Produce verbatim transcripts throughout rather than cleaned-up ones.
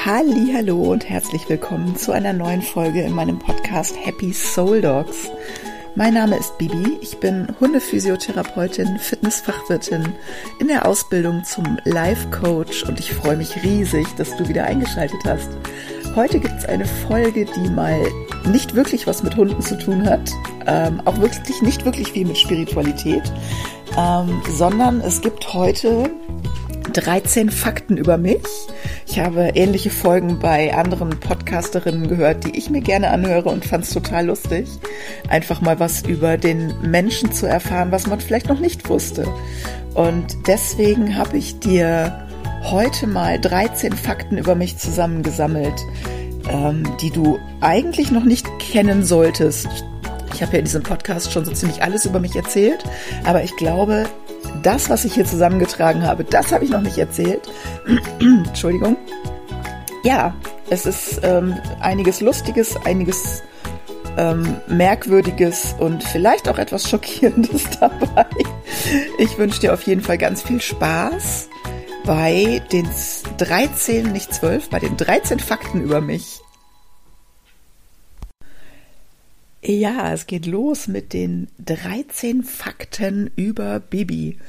Hallihallo und herzlich willkommen zu einer neuen Folge in meinem Podcast Happy Soul Dogs. Mein Name ist Bibi, ich bin Hundephysiotherapeutin, Fitnessfachwirtin in der Ausbildung zum Life Coach und ich freue mich riesig, dass du wieder eingeschaltet hast. Heute gibt es eine Folge, die mal nicht wirklich was mit Hunden zu tun hat, ähm, auch wirklich nicht wirklich viel mit Spiritualität, ähm, sondern es gibt heute dreizehn Fakten über mich. Ich habe ähnliche Folgen bei anderen Podcasterinnen gehört, die ich mir gerne anhöre und fand es total lustig, einfach mal was über den Menschen zu erfahren, was man vielleicht noch nicht wusste. Und deswegen habe ich dir heute mal dreizehn Fakten über mich zusammengesammelt, ähm, die du eigentlich noch nicht kennen solltest. Ich habe ja in diesem Podcast schon so ziemlich alles über mich erzählt, aber ich glaube, das, was ich hier zusammengetragen habe, das habe ich noch nicht erzählt. Entschuldigung. Ja, es ist ähm, einiges Lustiges, einiges ähm, Merkwürdiges und vielleicht auch etwas Schockierendes dabei. Ich wünsche dir auf jeden Fall ganz viel Spaß bei den dreizehn, nicht zwölf, bei den dreizehn Fakten über mich. Ja, es geht los mit den dreizehn Fakten über Bibi.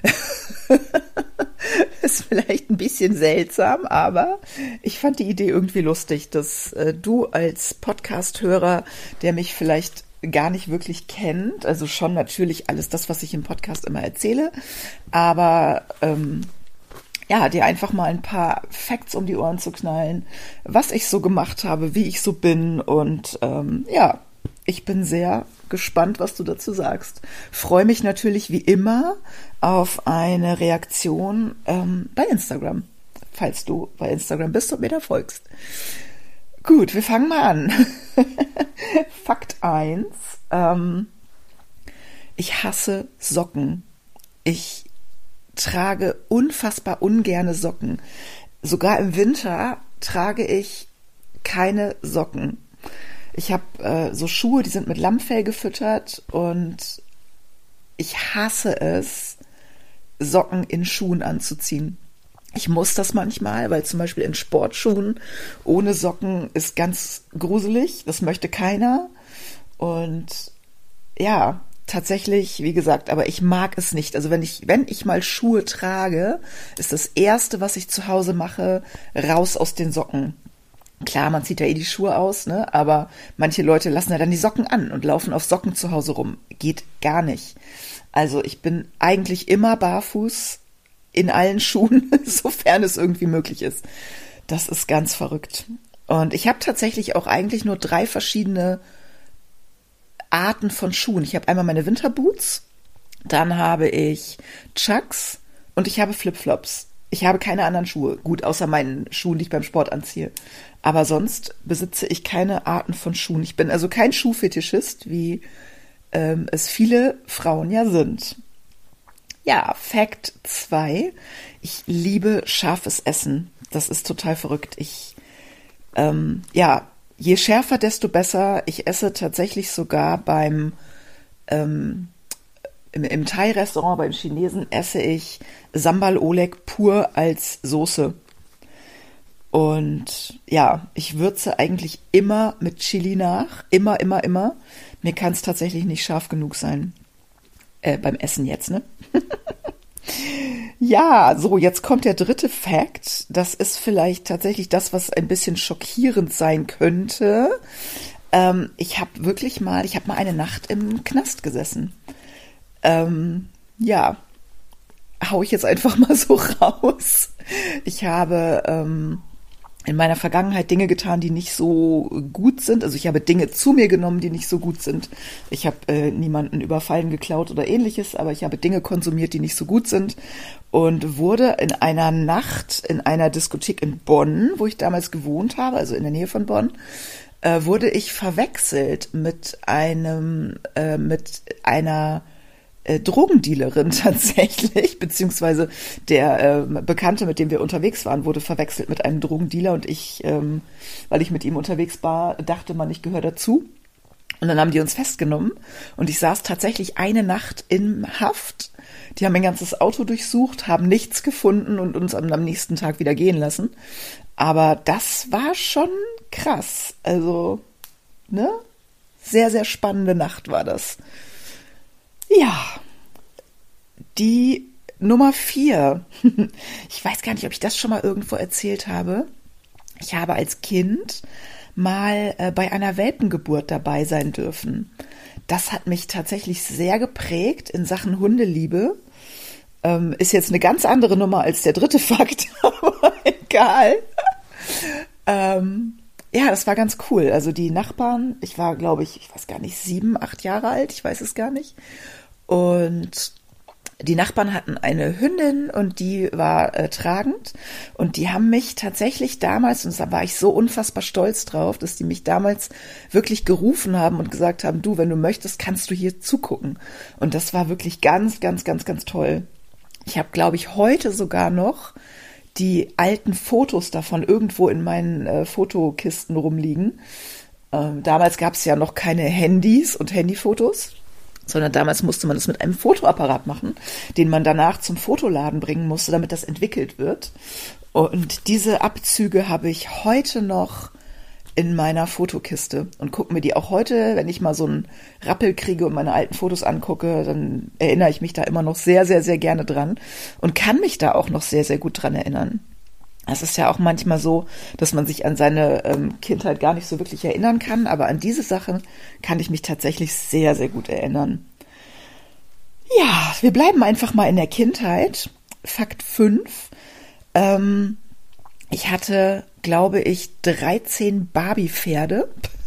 Ist vielleicht ein bisschen seltsam, aber ich fand die Idee irgendwie lustig, dass äh, du als Podcast-Hörer, der mich vielleicht gar nicht wirklich kennt, also schon natürlich alles das, was ich im Podcast immer erzähle, aber ähm, ja, dir einfach mal ein paar Facts um die Ohren zu knallen, was ich so gemacht habe, wie ich so bin und ähm, ja, ich bin sehr gespannt, was du dazu sagst. Freue mich natürlich wie immer auf eine Reaktion ähm, bei Instagram, falls du bei Instagram bist und mir da folgst. Gut, wir fangen mal an. Fakt eins. Ähm, ich hasse Socken. Ich trage unfassbar ungerne Socken. Sogar im Winter trage ich keine Socken. Ich habe äh, so Schuhe, die sind mit Lammfell gefüttert und ich hasse es, Socken in Schuhen anzuziehen. Ich muss das manchmal, weil zum Beispiel in Sportschuhen ohne Socken ist ganz gruselig. Das möchte keiner. Und ja, tatsächlich, wie gesagt, aber ich mag es nicht. Also wenn ich, wenn ich mal Schuhe trage, ist das Erste, was ich zu Hause mache, raus aus den Socken. Klar, man zieht ja eh die Schuhe aus, ne? Aber manche Leute lassen ja dann die Socken an und laufen auf Socken zu Hause rum. Geht gar nicht. Also ich bin eigentlich immer barfuß in allen Schuhen, sofern es irgendwie möglich ist. Das ist ganz verrückt. Und ich habe tatsächlich auch eigentlich nur drei verschiedene Arten von Schuhen. Ich habe einmal meine Winterboots, dann habe ich Chucks und ich habe Flipflops. Ich habe keine anderen Schuhe. Gut, außer meinen Schuhen, die ich beim Sport anziehe. Aber sonst besitze ich keine Arten von Schuhen. Ich bin also kein Schuhfetischist, wie ähm, es viele Frauen ja sind. Ja, Fakt zwei. Ich liebe scharfes Essen. Das ist total verrückt. Ich, ähm, ja, je schärfer, desto besser. Ich esse tatsächlich sogar beim, ähm, im, im Thai-Restaurant, beim Chinesen, esse ich Sambal Oleg pur als Soße. Und ja, ich würze eigentlich immer mit Chili nach. Immer, immer, immer. Mir kann es tatsächlich nicht scharf genug sein. Äh, beim Essen jetzt, ne? Ja, so, jetzt kommt der dritte Fact. Das ist vielleicht tatsächlich das, was ein bisschen schockierend sein könnte. Ähm, ich habe wirklich mal, ich habe mal eine Nacht im Knast gesessen. Ähm, ja, hau ich jetzt einfach mal so raus. Ich habe ähm, in meiner Vergangenheit Dinge getan, die nicht so gut sind. Also ich habe Dinge zu mir genommen, die nicht so gut sind. Ich habe äh, niemanden überfallen, geklaut oder ähnliches, aber ich habe Dinge konsumiert, die nicht so gut sind und wurde in einer Nacht in einer Diskothek in Bonn, wo ich damals gewohnt habe, also in der Nähe von Bonn, äh, wurde ich verwechselt mit einem, äh, mit einer Äh, Drogendealerin tatsächlich, beziehungsweise der äh, Bekannte, mit dem wir unterwegs waren, wurde verwechselt mit einem Drogendealer und ich, ähm, weil ich mit ihm unterwegs war, dachte man, ich gehöre dazu Und dann haben die uns festgenommen und ich saß tatsächlich eine Nacht in Haft. Die haben mein ganzes Auto durchsucht, haben nichts gefunden und uns am, am nächsten Tag wieder gehen lassen. Aber das war schon krass. Also, ne? Sehr, sehr spannende Nacht war das. Ja, die Nummer vier. Ich weiß gar nicht, ob ich das schon mal irgendwo erzählt habe. Ich habe als Kind mal äh, bei einer Welpengeburt dabei sein dürfen. Das hat mich tatsächlich sehr geprägt in Sachen Hundeliebe. Ähm, ist jetzt eine ganz andere Nummer als der dritte Fakt, aber egal. ähm, ja, das war ganz cool. Also die Nachbarn, ich war, glaube ich, ich weiß gar nicht, sieben, acht Jahre alt, ich weiß es gar nicht. Und die Nachbarn hatten eine Hündin und die war äh, tragend und die haben mich tatsächlich damals, und da war ich so unfassbar stolz drauf, dass die mich damals wirklich gerufen haben und gesagt haben, du, wenn du möchtest, kannst du hier zugucken. Und das war wirklich ganz, ganz, ganz, ganz toll. Ich habe, glaube ich, heute sogar noch die alten Fotos davon irgendwo in meinen äh, Fotokisten rumliegen. Ähm, damals gab es ja noch keine Handys und Handyfotos, sondern damals musste man das mit einem Fotoapparat machen, den man danach zum Fotoladen bringen musste, damit das entwickelt wird. Und diese Abzüge habe ich heute noch in meiner Fotokiste und gucke mir die auch heute, wenn ich mal so einen Rappel kriege und meine alten Fotos angucke, dann erinnere ich mich da immer noch sehr, sehr, sehr gerne dran und kann mich da auch noch sehr, sehr gut dran erinnern. Es ist ja auch manchmal so, dass man sich an seine ähm, Kindheit gar nicht so wirklich erinnern kann, aber an diese Sachen kann ich mich tatsächlich sehr, sehr gut erinnern. Ja, wir bleiben einfach mal in der Kindheit. Fakt fünf. Ähm, ich hatte, glaube ich, dreizehn Barbie-Pferde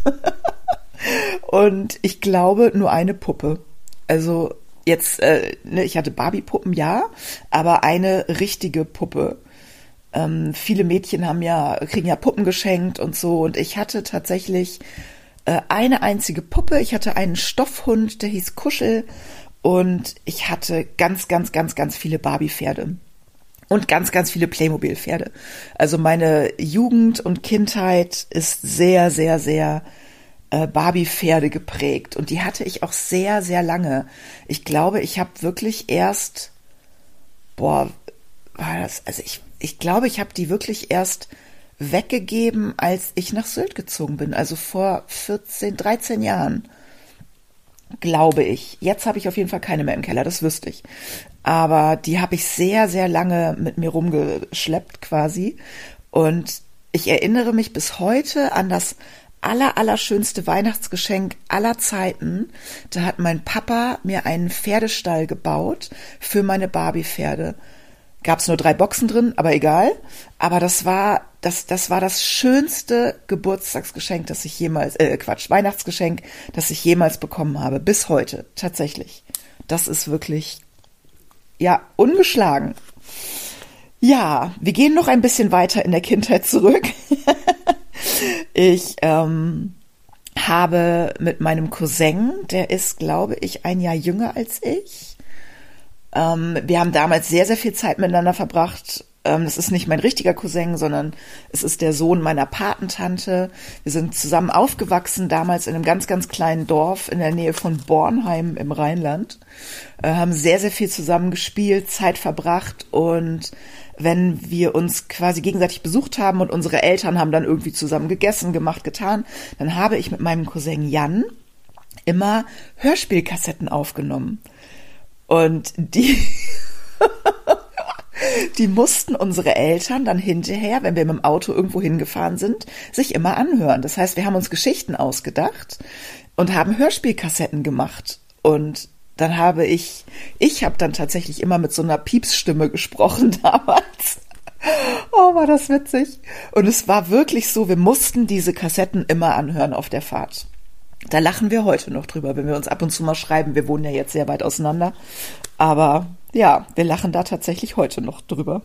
und ich glaube nur eine Puppe. Also jetzt, äh, ne, ich hatte Barbie-Puppen, ja, aber eine richtige Puppe. Ähm, viele Mädchen haben ja, kriegen ja Puppen geschenkt und so. Und ich hatte tatsächlich äh, eine einzige Puppe. Ich hatte einen Stoffhund, der hieß Kuschel. Und ich hatte ganz, ganz, ganz, ganz viele Barbie-Pferde. Und ganz, ganz viele Playmobil-Pferde. Also meine Jugend und Kindheit ist sehr, sehr, sehr äh, Barbie-Pferde geprägt. Und die hatte ich auch sehr, sehr lange. Ich glaube, ich habe wirklich erst, boah, war das, also ich Ich glaube, ich habe die wirklich erst weggegeben, als ich nach Sylt gezogen bin. Also vor vierzehn, dreizehn Jahren, glaube ich. Jetzt habe ich auf jeden Fall keine mehr im Keller, das wüsste ich. Aber die habe ich sehr, sehr lange mit mir rumgeschleppt quasi. Und ich erinnere mich bis heute an das aller, allerschönste Weihnachtsgeschenk aller Zeiten. Da hat mein Papa mir einen Pferdestall gebaut für meine Barbie-Pferde. Gab es nur drei Boxen drin, aber egal. Aber das war das, das war das schönste Geburtstagsgeschenk, das ich jemals, äh, Quatsch, Weihnachtsgeschenk, das ich jemals bekommen habe. Bis heute, tatsächlich. Das ist wirklich, ja, ungeschlagen. Ja, wir gehen noch ein bisschen weiter in der Kindheit zurück. Ich ähm, habe mit meinem Cousin, der ist, glaube ich, ein Jahr jünger als ich, Ähm, wir haben damals sehr, sehr viel Zeit miteinander verbracht. Ähm, das ist nicht mein richtiger Cousin, sondern es ist der Sohn meiner Patentante. Wir sind zusammen aufgewachsen, damals in einem ganz, ganz kleinen Dorf in der Nähe von Bornheim im Rheinland. Äh, haben sehr, sehr viel zusammen gespielt, Zeit verbracht und wenn wir uns quasi gegenseitig besucht haben und unsere Eltern haben dann irgendwie zusammen gegessen, gemacht, getan, dann habe ich mit meinem Cousin Jan immer Hörspielkassetten aufgenommen. Und die, die mussten unsere Eltern dann hinterher, wenn wir mit dem Auto irgendwo hingefahren sind, sich immer anhören. Das heißt, wir haben uns Geschichten ausgedacht und haben Hörspielkassetten gemacht. Und dann habe ich, ich habe dann tatsächlich immer mit so einer Piepsstimme gesprochen damals. Oh, war das witzig. Und es war wirklich so, wir mussten diese Kassetten immer anhören auf der Fahrt. Da lachen wir heute noch drüber, wenn wir uns ab und zu mal schreiben. Wir wohnen ja jetzt sehr weit auseinander. Aber ja, wir lachen da tatsächlich heute noch drüber.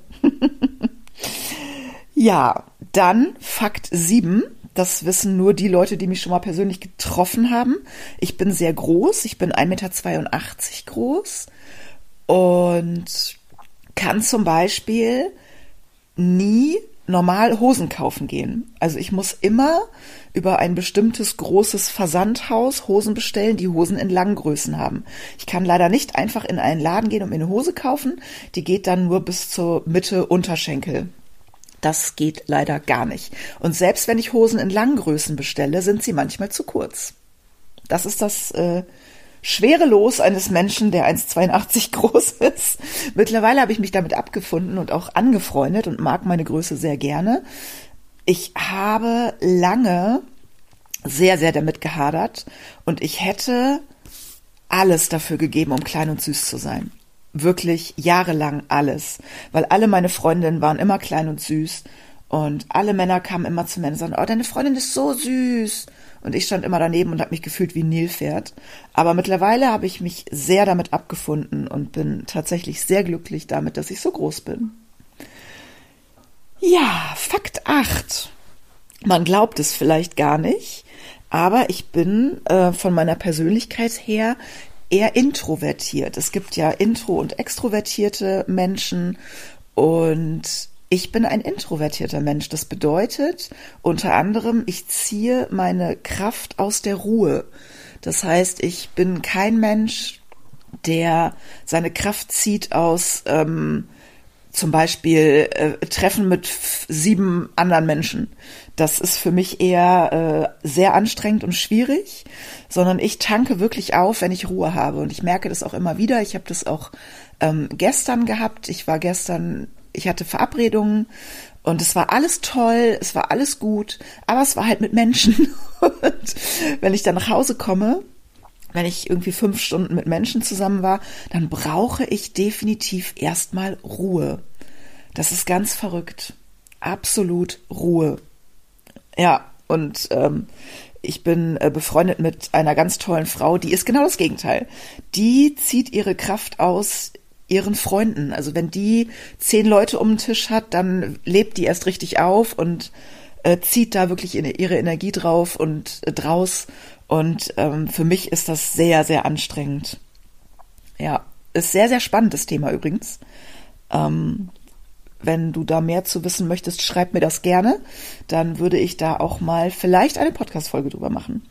Ja, dann Fakt sieben. Das wissen nur die Leute, die mich schon mal persönlich getroffen haben. Ich bin sehr groß. Ich bin ein Meter zweiundachtzig groß und kann zum Beispiel nie normal Hosen kaufen gehen. Also ich muss immer über ein bestimmtes großes Versandhaus Hosen bestellen, die Hosen in Langgrößen haben. Ich kann leider nicht einfach in einen Laden gehen und mir eine Hose kaufen. Die geht dann nur bis zur Mitte Unterschenkel. Das geht leider gar nicht. Und selbst wenn ich Hosen in Langgrößen bestelle, sind sie manchmal zu kurz. Das ist das äh, schwere Los eines Menschen, der eins Komma zweiundachtzig groß ist. Mittlerweile habe ich mich damit abgefunden und auch angefreundet und mag meine Größe sehr gerne. Ich habe lange sehr, sehr damit gehadert und ich hätte alles dafür gegeben, um klein und süß zu sein. Wirklich jahrelang alles. Weil alle meine Freundinnen waren immer klein und süß und alle Männer kamen immer zu mir und sagten, oh, deine Freundin ist so süß. Und ich stand immer daneben und habe mich gefühlt wie ein Nilpferd. Aber mittlerweile habe ich mich sehr damit abgefunden und bin tatsächlich sehr glücklich damit, dass ich so groß bin. Ja, Fakt acht. Man glaubt es vielleicht gar nicht, aber ich bin äh, von meiner Persönlichkeit her eher introvertiert. Es gibt ja intro- und extrovertierte Menschen und ich bin ein introvertierter Mensch. Das bedeutet unter anderem, ich ziehe meine Kraft aus der Ruhe. Das heißt, ich bin kein Mensch, der seine Kraft zieht aus ähm, zum Beispiel äh, Treffen mit f- sieben anderen Menschen. Das ist für mich eher äh, sehr anstrengend und schwierig, sondern ich tanke wirklich auf, wenn ich Ruhe habe. Und ich merke das auch immer wieder. Ich habe das auch ähm, gestern gehabt. Ich war gestern, ich hatte Verabredungen und es war alles toll, es war alles gut, aber es war halt mit Menschen. Und wenn ich dann nach Hause komme, wenn ich irgendwie fünf Stunden mit Menschen zusammen war, dann brauche ich definitiv erstmal Ruhe. Das ist ganz verrückt. Absolut Ruhe. Ja, und ähm, ich bin äh, befreundet mit einer ganz tollen Frau, die ist genau das Gegenteil. Die zieht ihre Kraft aus ihren Freunden. Also wenn die zehn Leute um den Tisch hat, dann lebt die erst richtig auf und äh, zieht da wirklich in, ihre Energie drauf und äh, draus. Und ähm, für mich ist das sehr, sehr anstrengend. Ja, ist sehr, sehr spannend, das Thema übrigens. Ähm, wenn du da mehr zu wissen möchtest, schreib mir das gerne. Dann würde ich da auch mal vielleicht eine Podcast-Folge drüber machen.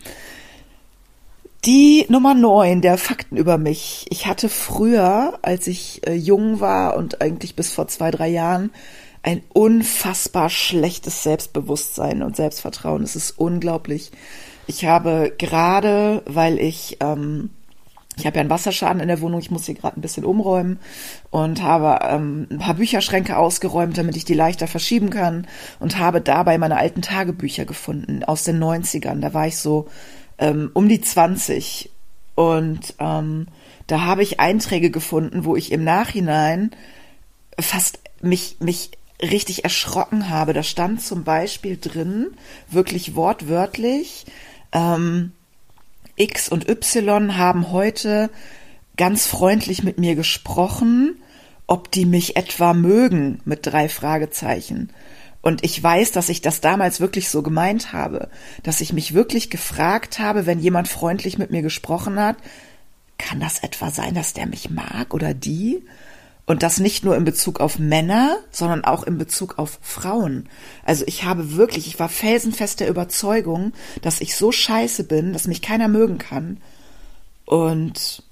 Die Nummer neun der Fakten über mich. Ich hatte früher, als ich äh, jung war und eigentlich bis vor zwei, drei Jahren, ein unfassbar schlechtes Selbstbewusstsein und Selbstvertrauen. Es ist unglaublich. Ich habe gerade, weil ich, ähm, ich habe ja einen Wasserschaden in der Wohnung, ich muss hier gerade ein bisschen umräumen und habe ähm, ein paar Bücherschränke ausgeräumt, damit ich die leichter verschieben kann und habe dabei meine alten Tagebücher gefunden aus den neunzigern. Da war ich so ähm, um die zwanzig und ähm, da habe ich Einträge gefunden, wo ich im Nachhinein fast mich, mich richtig erschrocken habe. Da stand zum Beispiel drin, wirklich wortwörtlich, ähm, X und Y haben heute ganz freundlich mit mir gesprochen, ob die mich etwa mögen, mit drei Fragezeichen. Und ich weiß, dass ich das damals wirklich so gemeint habe, dass ich mich wirklich gefragt habe, wenn jemand freundlich mit mir gesprochen hat, kann das etwa sein, dass der mich mag oder die? Und das nicht nur in Bezug auf Männer, sondern auch in Bezug auf Frauen. Also ich habe wirklich, ich war felsenfest der Überzeugung, dass ich so scheiße bin, dass mich keiner mögen kann. Und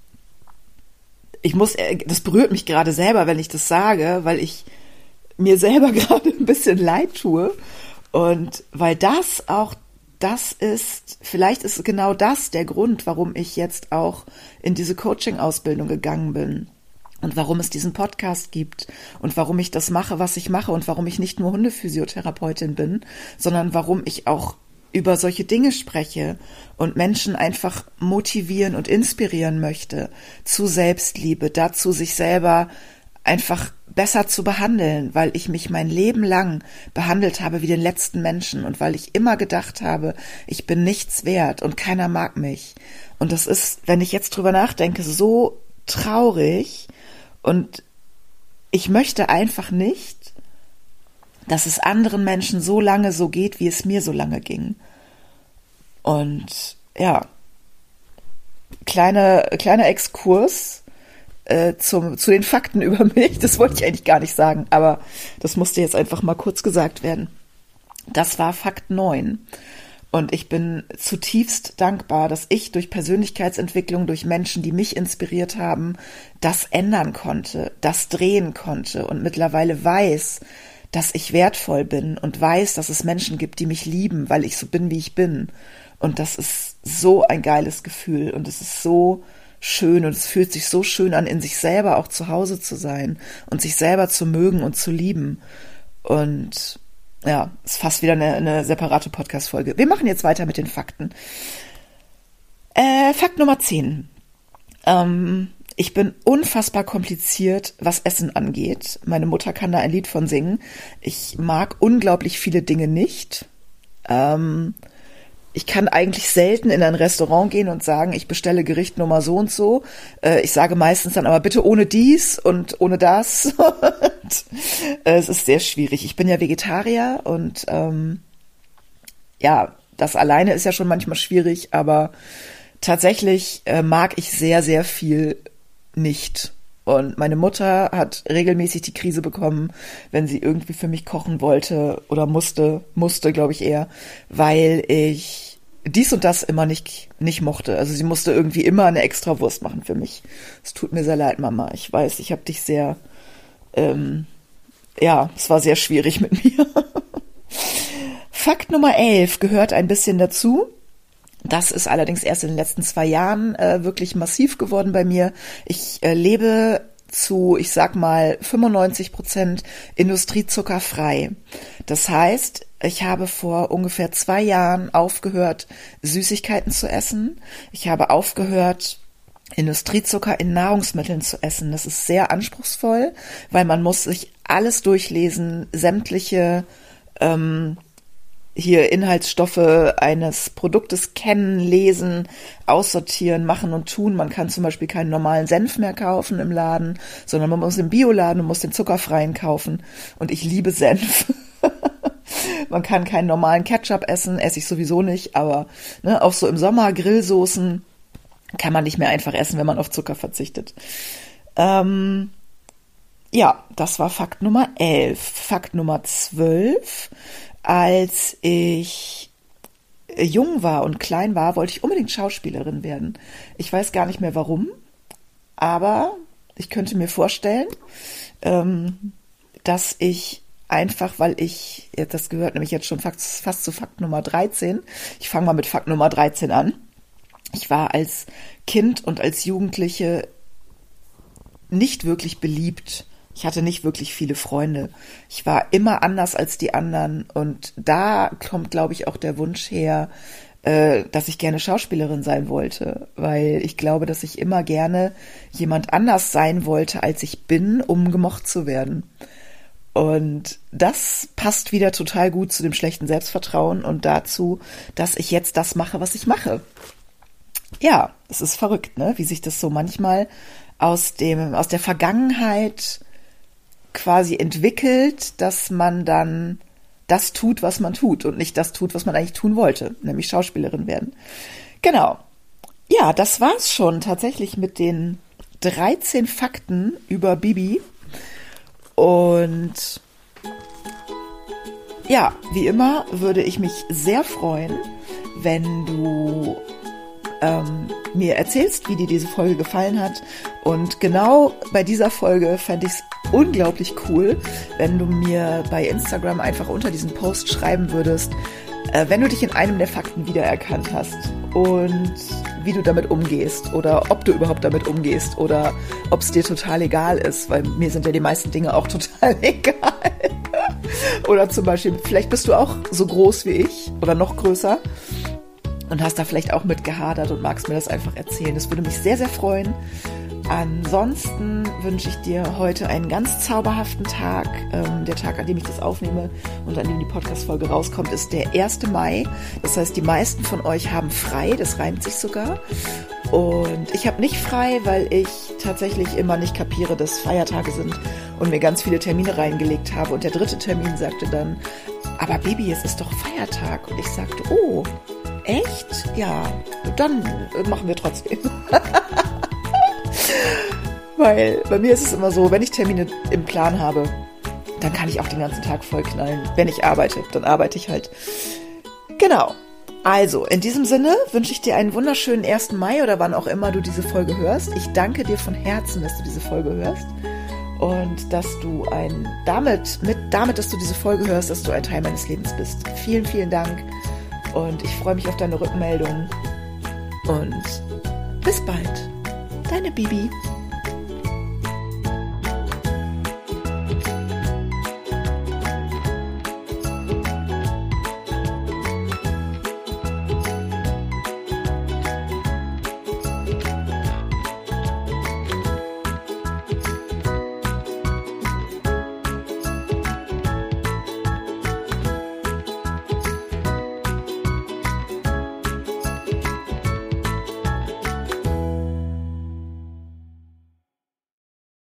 ich muss, das berührt mich gerade selber, wenn ich das sage, weil ich mir selber gerade ein bisschen leid tue. Und weil das auch das ist, vielleicht ist genau das der Grund, warum ich jetzt auch in diese Coaching-Ausbildung gegangen bin. Und warum es diesen Podcast gibt und warum ich das mache, was ich mache und warum ich nicht nur Hundephysiotherapeutin bin, sondern warum ich auch über solche Dinge spreche und Menschen einfach motivieren und inspirieren möchte zu Selbstliebe, dazu sich selber einfach besser zu behandeln, weil ich mich mein Leben lang behandelt habe wie den letzten Menschen und weil ich immer gedacht habe, ich bin nichts wert und keiner mag mich. Und das ist, wenn ich jetzt drüber nachdenke, so traurig. Und ich möchte einfach nicht, dass es anderen Menschen so lange so geht, wie es mir so lange ging. Und ja, kleine, kleiner Exkurs. äh, zum, zu den Fakten über mich. Das wollte ich eigentlich gar nicht sagen, aber das musste jetzt einfach mal kurz gesagt werden. Das war Fakt neun. Und ich bin zutiefst dankbar, dass ich durch Persönlichkeitsentwicklung, durch Menschen, die mich inspiriert haben, das ändern konnte, das drehen konnte und mittlerweile weiß, dass ich wertvoll bin und weiß, dass es Menschen gibt, die mich lieben, weil ich so bin, wie ich bin. Und das ist so ein geiles Gefühl und es ist so schön und es fühlt sich so schön an, in sich selber auch zu Hause zu sein und sich selber zu mögen und zu lieben. Und ja, ist fast wieder eine, eine separate Podcast-Folge. Wir machen jetzt weiter mit den Fakten. Äh, Fakt Nummer zehn. Ähm, ich bin unfassbar kompliziert, was Essen angeht. Meine Mutter kann da ein Lied von singen. Ich mag unglaublich viele Dinge nicht. Ähm, ich kann eigentlich selten in ein Restaurant gehen und sagen, ich bestelle Gericht Nummer so und so. Äh, ich sage meistens dann aber bitte ohne dies und ohne das. und, äh, es ist sehr schwierig. Ich bin ja Vegetarier und ähm, ja, das alleine ist ja schon manchmal schwierig, aber tatsächlich äh, mag ich sehr, sehr viel nicht. Und meine Mutter hat regelmäßig die Krise bekommen, wenn sie irgendwie für mich kochen wollte oder musste, musste, glaube ich eher, weil ich dies und das immer nicht, nicht mochte. Also sie musste irgendwie immer eine extra Wurst machen für mich. Es tut mir sehr leid, Mama. Ich weiß, ich habe dich sehr, ähm, ja, es war sehr schwierig mit mir. Fakt Nummer elf gehört ein bisschen dazu. Das ist allerdings erst in den letzten zwei Jahren äh, wirklich massiv geworden bei mir. Ich äh, lebe zu, ich sag mal, fünfundneunzig Prozent industriezuckerfrei. Das heißt, ich habe vor ungefähr zwei Jahren aufgehört, Süßigkeiten zu essen. Ich habe aufgehört, Industriezucker in Nahrungsmitteln zu essen. Das ist sehr anspruchsvoll, weil man muss sich alles durchlesen, sämtliche ähm, hier Inhaltsstoffe eines Produktes kennen, lesen, aussortieren, machen und tun. Man kann zum Beispiel keinen normalen Senf mehr kaufen im Laden, sondern man muss im Bioladen und muss den zuckerfreien kaufen. Und ich liebe Senf. Man kann keinen normalen Ketchup essen, esse ich sowieso nicht, aber ne, auch so im Sommer Grillsoßen kann man nicht mehr einfach essen, wenn man auf Zucker verzichtet. Ähm, ja, das war Fakt Nummer elf. Fakt Nummer zwölf. Als ich jung war und klein war, wollte ich unbedingt Schauspielerin werden. Ich weiß gar nicht mehr warum, aber ich könnte mir vorstellen, ähm, dass ich einfach, weil ich, das gehört nämlich jetzt schon fast, fast zu Fakt Nummer dreizehn, ich fange mal mit Fakt Nummer dreizehn an. Ich war als Kind und als Jugendliche nicht wirklich beliebt. Ich hatte nicht wirklich viele Freunde. Ich war immer anders als die anderen. Und da kommt, glaube ich, auch der Wunsch her, äh, dass ich gerne Schauspielerin sein wollte. Weil ich glaube, dass ich immer gerne jemand anders sein wollte, als ich bin, um gemocht zu werden. Und das passt wieder total gut zu dem schlechten Selbstvertrauen und dazu, dass ich jetzt das mache, was ich mache. Ja, es ist verrückt, ne? Wie sich das so manchmal aus dem, aus der Vergangenheit quasi entwickelt, dass man dann das tut, was man tut und nicht das tut, was man eigentlich tun wollte, nämlich Schauspielerin werden. Genau. Ja, das war's schon tatsächlich mit den dreizehn Fakten über Bibi. Und ja, wie immer würde ich mich sehr freuen, wenn du ähm, mir erzählst, wie dir diese Folge gefallen hat. Und genau bei dieser Folge fände ich es unglaublich cool, wenn du mir bei Instagram einfach unter diesen Post schreiben würdest, äh, wenn du dich in einem der Fakten wiedererkannt hast und wie du damit umgehst oder ob du überhaupt damit umgehst oder ob es dir total egal ist, weil mir sind ja die meisten Dinge auch total egal. Oder zum Beispiel, vielleicht bist du auch so groß wie ich oder noch größer und hast da vielleicht auch mit gehadert und magst mir das einfach erzählen. Das würde mich sehr, sehr freuen. Ansonsten wünsche ich dir heute einen ganz zauberhaften Tag. Ähm, der Tag, an dem ich das aufnehme und an dem die Podcast-Folge rauskommt, ist der erste Mai. Das heißt, die meisten von euch haben frei, das reimt sich sogar. Und ich habe nicht frei, weil ich tatsächlich immer nicht kapiere, dass Feiertage sind und mir ganz viele Termine reingelegt habe. Und der dritte Termin sagte dann, aber Baby, es ist doch Feiertag. Und ich sagte, oh, echt? Ja, dann machen wir trotzdem. Weil bei mir ist es immer so, wenn ich Termine im Plan habe, dann kann ich auch den ganzen Tag voll knallen. Wenn ich arbeite, dann arbeite ich halt. Genau. Also, in diesem Sinne wünsche ich dir einen wunderschönen ersten Mai oder wann auch immer du diese Folge hörst. Ich danke dir von Herzen, dass du diese Folge hörst und dass du ein, damit, mit, damit, dass du diese Folge hörst, dass du ein Teil meines Lebens bist. Vielen, vielen Dank und ich freue mich auf deine Rückmeldung und bis bald. Deine Bibi.